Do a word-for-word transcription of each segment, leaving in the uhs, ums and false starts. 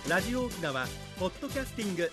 ラジオ沖縄ポッドキャスティング。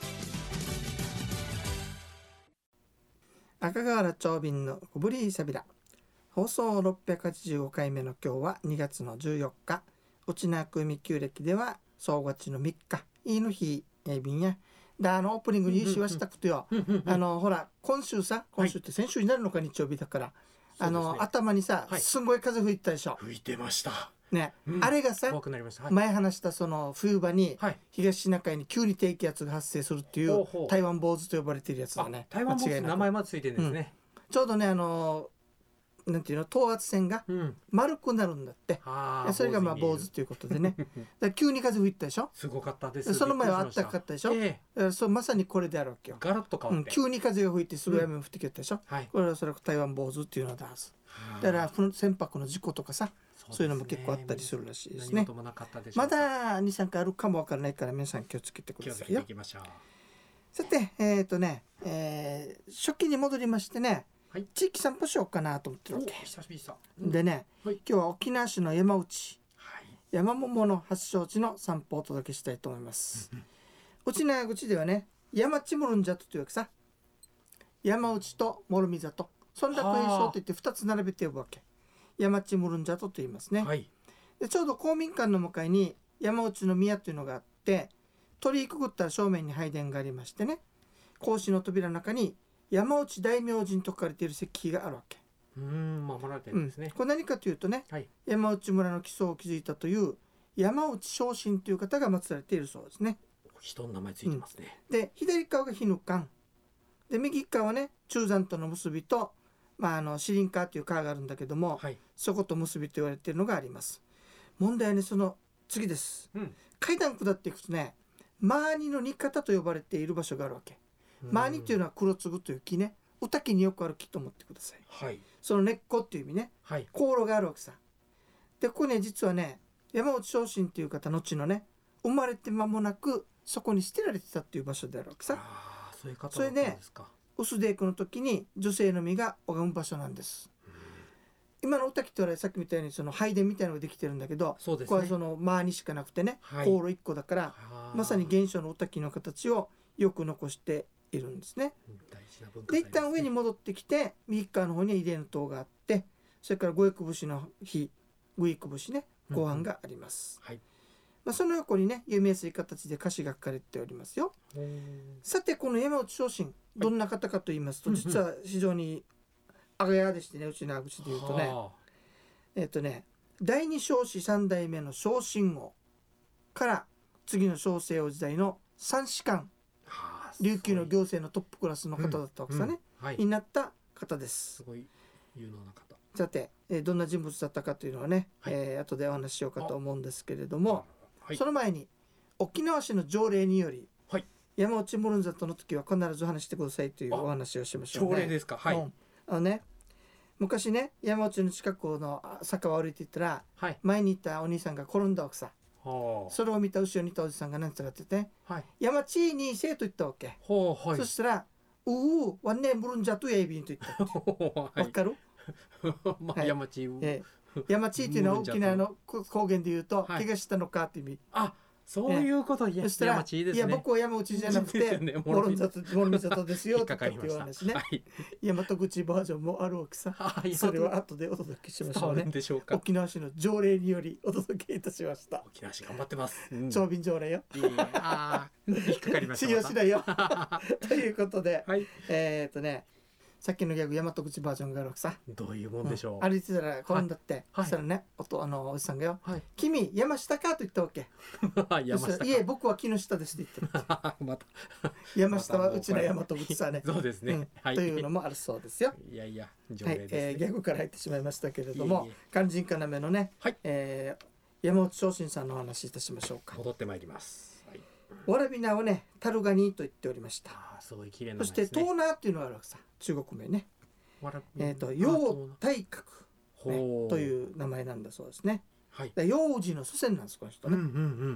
赤瓦長瓶の小ぶりさびら放送ろっぴゃくはちじゅうごかいめの今日はにがつのじゅうよっか、内縄久美旧暦では総合のみっかいいの日え便やだあのオープニングにしはしたくとよ、あのほら今週さ今週って先週になるのか、日曜日だから、あの、ね、頭にさ、はい、すんごい風吹いたでしょ。 吹いてましたね、うん、あれがさ、 怖くなりました、はい、 前話したその冬場に東シナ海に急に低気圧が発生するっていう、はい、台湾坊主と呼ばれているやつだね。 台湾坊主名前までついてるんですね、 うん、ちょうどねあのなんていうの等圧線が丸くなるんだって、うん、それがまあ坊主ということでねだ急に風吹いたでしょ。 すごかったです。 その前はあったかかったでしょ、えー、そうまさにこれであるわけよ。 ガラッと変わって、 うん、急に風が吹いてすぐ雨も降ってきたでしょ、うんはい、これはおそらく台湾坊主っていうのだはずだから、船舶の事故とかさ、そういうのも結構あったりするらしいですね。まだ にさんかいあるかもわからないから皆さん気をつけてくださいよ。さてえっ、ー、とね、えー、初期に戻りましてね、はい、地域散歩しようかなと思ってるわけ。 久しぶりさ、 うん、でね、はい、今日は沖縄市の山内、はい、山桃の発祥地の散歩をお届けしたいと思います。内縄口ではね、山地モルンジャトというわけさ、山内とモルミザト、そんな名称といってふたつ並べて呼ぶわけ。山地モルンジャトと言いますね、はい、でちょうど公民館の向かいに山内の宮というのがあって、鳥居くぐったら正面に拝殿がありましてね、格子の扉の中に山内大明神と書かれている石碑があるわけ。 うーん、守られてるんですね、うん、 これ何かというとね、はい、山内村の基礎を築いたという山内正神という方が祀られているそうですね。 人の名前ついてますね、 うん、で左側が日ぬかんで、右側はね中山との結びと、まあ、あのシリンカーという川があるんだけども、はい、そこと結びと言われているのがあります。問題はねその次です、うん、階段下っていくとね、マーニの煮方と呼ばれている場所があるわけ。マーニというのは黒粒という木ね、おたきによくある木と思ってください、はい、その根っこっていう意味ね、はい、香炉があるわけさ。でここね実はね山内正神という方後のね生まれて間もなくそこに捨てられてたっていう場所であるわけさ。 あ、そういう方だったんですか。 それで薄デークの時に女性の身が拝む場所なんです。今のおたきってさっきみたいにその拝殿みたいなのができてるんだけど、そうですね、これはその周りしかなくてね、はい、香炉いっこだからまさに原初のおたきの形をよく残しているんですね。大事な文化財ですね。で一旦上に戻ってきて右側の方には慰霊の塔があって、それから五育節の日五育節ねご飯があります、うんうん、はい、まあ、その横にね読みやすい形で歌詞が書かれておりますよ。さてこの山内正神どんな方かと言いますと、はい、実は非常にあがやでしてね、うちの口で言うとね、えっ、ー、とね第二正子三代目の正神王から次の正清王時代の三士官、琉球の行政のトップクラスの方だったわけさね、うんうん、はい、になった方です。 すごい有能な方。 さて、えー、どんな人物だったかというのはね、はい、えー、後でお話ししようかと思うんですけれども、はい、その前に沖縄市の条例により、はい、山内モルンザトの時は必ず話してくださいというお話をしましょうね。 条例ですか。はい、うん、 あのね昔ね山内の近くの坂を歩いていったら、はい、前にいたお兄さんが転んだわけさ。それを見た後ろにいたおじさんが何て言ったかって言って、はい、山地にせえと言ったわけ、はい、そしたらううわんねムルンジャとやいびんと言ったわ、はい、かるまあ、はい、山地、 えー、山地っていうのは沖縄の方言で言うと、はい、怪我したのかって意味。 あ、そういうこと、いや、山地いいですね。 いや僕は山内じゃなくてモルンザトモルミザトですよって言う話ね、はい、大和口バージョンもあるわけさ。それは後でお届けしましょうね。 でしょうか。 沖縄市の条例によりお届けいたしました。 沖縄市頑張ってます、 うん、長瓶条例よ。 いいあ引っかかりました。 信用しないよということで、はい、えっ、ー、とねさっきのギャグ大和口バージョンがあるわけさ。 どういうもんでしょう、 うん、歩いてたら転んだって、はい、そしたらねおとあのおじさんがよ、はい、君山下かと言ったわけ山下か。いえ僕は木の下ですって言ったまた山下はうちの大和口さねそうですね、うんはい、 というのもあるそうですよ。 いやいや条例ですね、 はい、えー、ギャグから入ってしまいましたけれども、いえいえ肝心要のね、はい、えー、山内正神さんのお話しいたしましょうか。 戻ってまいります。 わらび名をねタルガニと言っておりました。 あ、すごい綺麗な、 ね、そしてトーナーっていうのがあるわけさ、中国名ね。えっ、ー、と楊大閣、ね、という名前なんだそうですね。はい、楊氏の祖先なんですこの人ね、うんうんうん、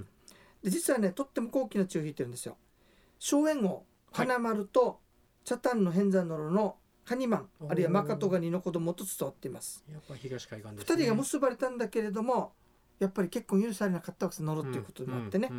で実はねとっても高貴な血を引いてるんですよ。荘園王花丸と茶炭の変山のろのカニマン、あるいはマカトガニの子供と伝わっています。 やっぱ東海岸ですね。 ふたりが結ばれたんだけれどもやっぱり結婚許されなかったわけです、ノロっていうことになってね、うんうんうん、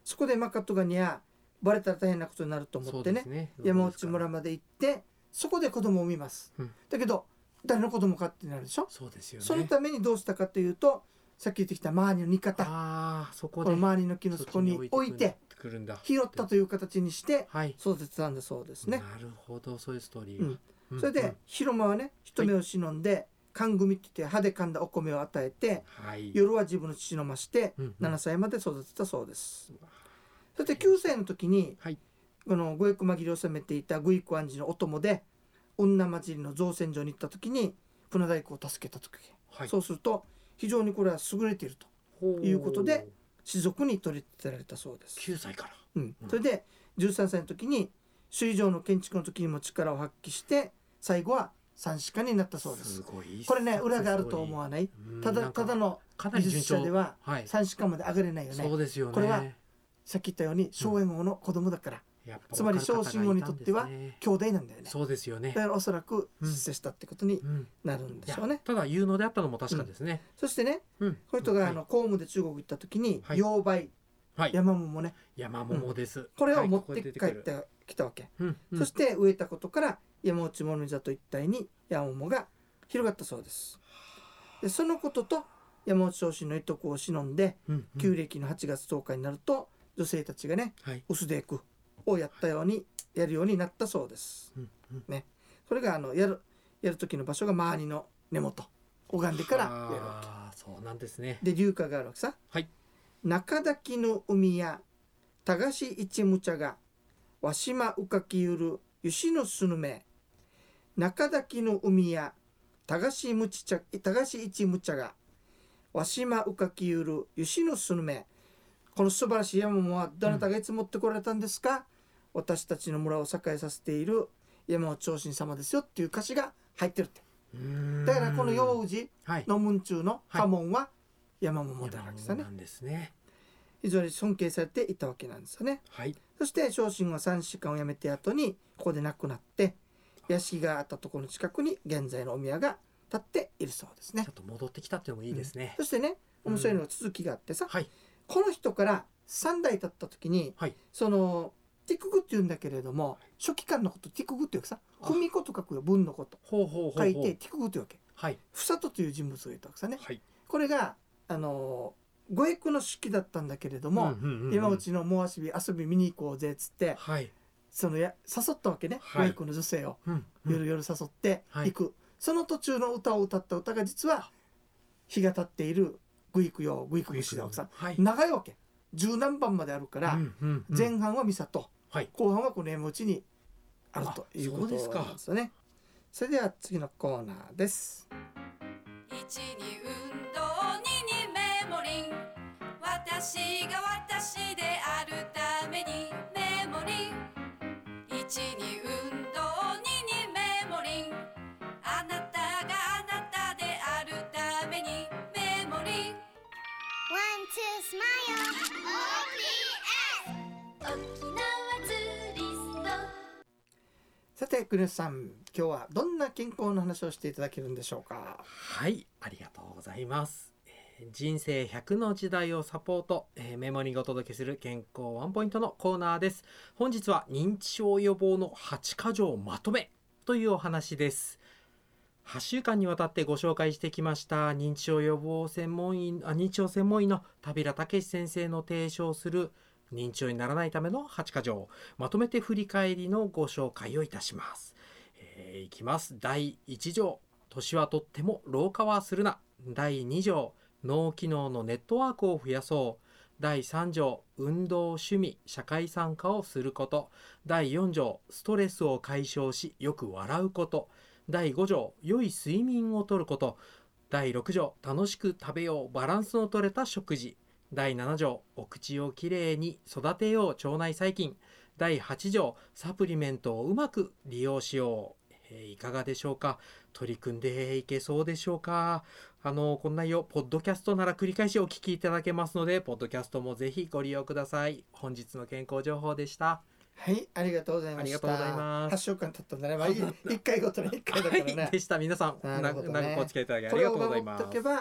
そこでマカトガニやバレたら大変なことになると思ってね、ね山内村まで行ってそこで子供を産みます、うん、だけど誰の子供かってなるでしょ。 そうですよね。 そのためにどうしたかというと、さっき言ってきた周りの煮方、 あそこでこの周りの木の底に置いて拾ったという形にして育てたんだそうですね、 はい、なるほど、そういうストーリーが、うんうん、それで広間はね人目を忍んで、はい、缶組って言って歯で噛んだお米を与えて、はい、夜は自分の父の間して、うんうん、ななさいまで育てたそうです、うん、そしてきゅうさいの時に、はい、この五役紛れを攻めていたグイクアンジのお供で女混じりの造船所に行った時に船大工を助けた時、はい、そうすると非常にこれは優れているということで士族に取り立てられたそうです。 きゅうさいから、 うん、それでじゅうさんさいの時に首里城の建築の時にも力を発揮して最後は三士官になったそうです。 すごいこれね裏があると思わない。ただただの技術者では三士官まで上がれないよね、はい、 そうですよね。 これはさっき言ったように荘園王の子供だから、うん、つまり荘神王にとっては兄弟なんだよね。 そうですよね。 だからおそらく出世したってことになるんでしょうね、うんうん、 ただ有能であったのも確かですね、うん、 そしてね、うん、この人があの公務で中国行った時に妖梅、はい、山桃ね、 山桃です、うん、 これを持って帰ってきたわけ、はい、そして植えたことから山内物見里一帯に山桃が広がったそうです。でそのことと山内昇進の遺徳を忍んで、うんうん、旧暦のはちがつとおかになると女性たちがね、はい、薄手区をやったようにやるようになったそうです、うんうんね、それがあのやるやる時の場所が周りの根元拝んでからやるわけ。 あそうなんですね。 で流歌があるわけさ、はい、中滝の海や田菓子一むちゃがわしまうかきゆるゆしのすぬめ中滝の海や田菓子むちちゃ田菓子一むちゃがわしまうかきゆるゆしのすぬめ。この素晴らしい山桃はどなたがいつ持ってこられたんですか、うん、私たちの村を栄えさせている山内長信様ですよっていう歌詞が入ってるって。だからこの陽氏の文中の家紋は山桃だわけですね、 なんですね。 非常に尊敬されていたわけなんですよね、はい、そして長信は三士官を辞めて後にここで亡くなって屋敷があったところの近くに現在のお宮が建っているそうですね。 ちょっと戻ってきたっていうのもいいですね、 うん、そしてね面白いのが続きがあってさ、はい、この人からさんだい経った時に、はい、そのティクグって言うんだけれども、初期間のことティクグっていうかさ、文子と書くよ、文のことほうほうほうほう書いてティクグっていうわけ、 はい、 房戸という人物がいたわけさね、はい、これがあの五役の式だったんだけれども、うんうんうんうん、山内のもう遊び遊び見に行こうぜっつって、はい、そのや誘ったわけね、五役の女性を、うんうん、夜夜誘って行く、はい、その途中の歌を歌った歌が実は日が経っているグイクよグイク節だわけさ、はい、長いわけ十何番まであるから、うんうんうん、前半はミサと、はい、後半はこの山内にあるということなんですよね。それでは次のコーナーです。いちに運動ににメモリン私が私であるためにメモリンいちに運動ににメモリンあなたがあなたであるためにメモリンワンツースマイル オーピーエス 沖縄ツーリスト。さて国吉さん、今日はどんな健康の話をしていただけるんでしょうか。 はい、ありがとうございます。えー、人生ひゃくの時代をサポート、えー、メモリーがお届けする健康ワンポイントのコーナーです。本日は認知症予防のはちか条まとめというお話です。はっしゅうかんにわたってご紹介してきました認知症予防専門医あ認知症専門医の田平武先生の提唱する認知症にならないためのはちか条、まとめて振り返りのご紹介をいたします。えー、いきます。だいいち条、年はとっても老化はするな。だいに条、脳機能のネットワークを増やそう。だいさん条、運動、趣味、社会参加をすること。だいよん条、ストレスを解消しよく笑うこと。だいご条、良い睡眠をとること。だいろく条、楽しく食べようバランスのとれた食事。だいなな条、お口をきれいに育てよう腸内細菌。だいはち条、サプリメントをうまく利用しよう。えー、いかがでしょうか。取り組んでいけそうでしょうか。あのこんな内容ポッドキャストなら繰り返しお聞きいただけますので、ポッドキャストもぜひご利用ください。本日の健康情報でした。 はい、ありがとうございました。ありがとうございます。はっしゅうかん経ったんだね。まあ、いっかいごとにいっかいだからね。 はい、でした。皆さん、なるほどね、長くお付き合いいただきありがとうございます。 これを守っておけば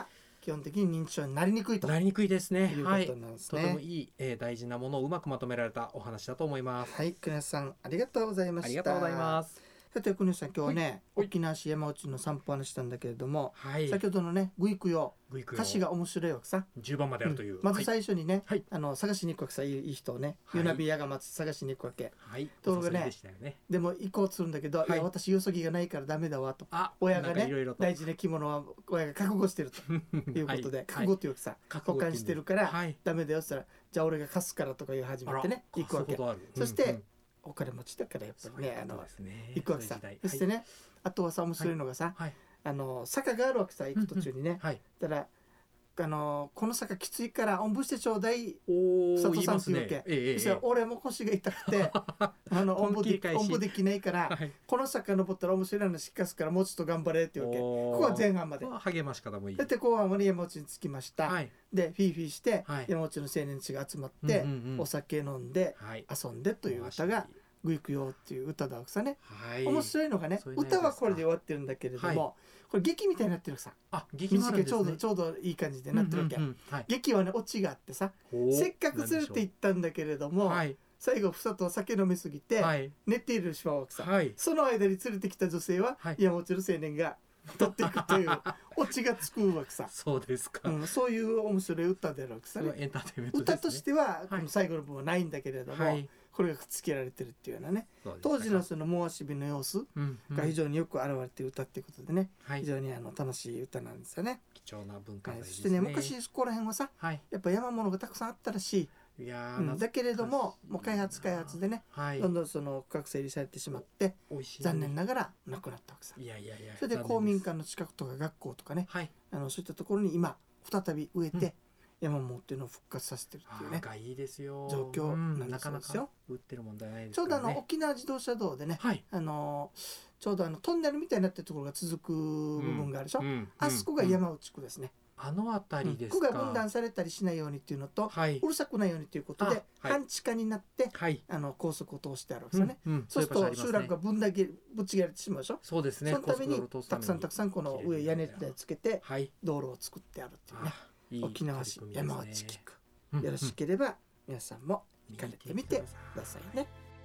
基本的に認知症になりにくいとなりにくいですね。 いうことなんですね。 はい、とてもいい、えー、大事なものをうまくまとめられたお話だと思います。 はい、国吉さんありがとうございました。 ありがとうございます。 さて国吉さん今日はね、 はいはい、 沖縄市山内の散歩話したんだけれども、 はい、 先ほどのねグイクヨ歌詞が面白いわけさ。 じゅうばんまであるという、うん、 まず最初にね、 はい、 あの探しに行くわけさ、いい人をね、 はい、 ユナビヤが松探しに行くわけ、 はい、 ところが ね, で, ねでも行こうとするんだけど、はい、いや私よそぎがないからダメだわと、親がねいろいろ大事な着物は親が覚悟してるということで、はい、覚悟っていうかさ、はい、保管してるから、はい、ダメだよって言ったら、じゃあ俺が貸すからとか言い始めてね行くわけ。そして、うんうん、お金持ちだからやっぱり ね, ねあの行くわけさ。そしてね、はい、あとはさ面白いのがさ、はい、あの坂があるわけさ、行く途中にね、うんうん、はい、だからあのこの坂きついからおんぶしてちょうだい佐藤さんっていうわけ、ね、ええ、そしたら俺も腰が痛くてあのおんぶでおんぶできないから、はい、この坂登ったら面白いのしかすからもうちょっと頑張れっていうわけ。ここは前半まで励まし方もいい。 だって後半まで山内に着きました、はい、でフィーフィーして、はい、山内の青年たちが集まって、うんうんうん、お酒飲んで、はい、遊んでという歌がグイクヨっていう歌だわけさね、はい、面白いのがね、歌はこれで終わってるんだけれども、はい、これ劇みたいになってるさ。あ、劇もあるんですね。ちょうどちょうどいい感じでなってるわけ、うんうんうん、はい、劇はねオチがあってさ、せっかく連れて行ったんだけれども、はい、最後ふさと酒飲みすぎて、はい、寝ているしまうわけさ、はい、その間に連れてきた女性は、はい、山内の青年が取っていくというオチがつくわけさ。 そうですか、 うん、そういう面白い歌であるわけさね。エンターテインメントですね。歌としてはこの最後の部分はないんだけれども、はい、これがくっつけられてるっていうようなね、当時のそのモアシビの様子が非常によく現れている歌っていうことでね、うんうん、非常にあの楽しい歌なんですよね。 貴重な文化財ですね。 そしてね、昔そこら辺はさ、はい、やっぱ山物がたくさんあったらしい。いや、うん、だけれどももう開発開発でね、はい、どんどんその区画整理されてしまって残念ながらなくなったわけさ。いやいやいや、それで公民館の近くとか学校とかね、はい、あのそういったところに今再び植えて、うん、山もっていうのを復活させてるっていうね、いいですよ、状況なんですよ、うん、なかなか売ってる問題ないですからね。ちょうどあの沖縄自動車道でね、はい、あのちょうどあのトンネルみたいになってるところが続く部分があるでしょ、うんうん、あそこが山内区ですね、うん、あの辺りですか。区が分断されたりしないようにっていうのと、はい、うるさくないようにということで、はい、半地下になって、はい、あの高速を通してあるわけですよね、うんうん、そうすると集落が分だけぶち切れてしまうでしょ。そうですね。そのためにたくさんたくさんこの上屋根でつけて道路を作ってあるっていうね、いい沖縄市山内地区、うんうん、よろしければ皆さんも行かれてみてくださいね。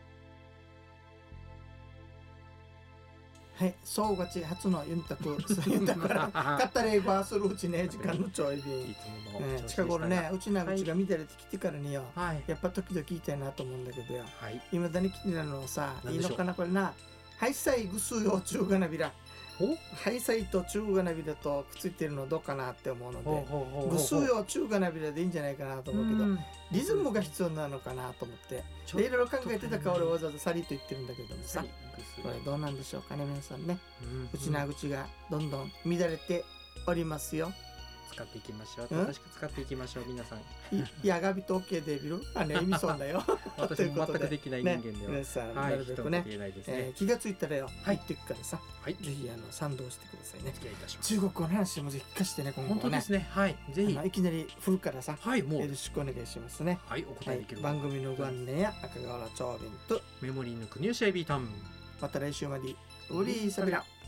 はい、総勝ち初のユンタクユンタクからカッタレイバーするうちね、時間のちょい便いつもの、えー、近頃ね、うちなうちが見てるって来てからによ、はい、やっぱ時々言いたいなと思うんだけどよ、はい、未だに気になるのはさ、いいのかなこれな、ハイサイグスヨ中がなびら、ハイサイと中がなびらとくっついてるのどうかなって思うので、グスヨ中がなびらでいいんじゃないかなと思うけど、リズムが必要なのかなと思ってでいろいろ考えてたから俺わざわざサリと言ってるんだけどもさ、これどうなんでしょうかね皆さんね、うちな口がどんどん乱れておりますよ。使っていきましょう。正しく使っていきましょう皆さん。いやがびと OK でビルあね意味そうだよ。私も全くできない人間では、ね、皆さんなるべくね、えー、気がついたらよ入っていくからさ、はい、ぜひあの賛同してくださいね。中国語の話もぜひ聞かせてね今後ね。本当ですね。はい。ぜひいきなり振るからさ、はい、もうよろしくお願いしますね。はい、お答えできる、はい、番組のご案内や赤瓦長瓶とメモリーの国吉エビタン。 また来週までウリーサビラ。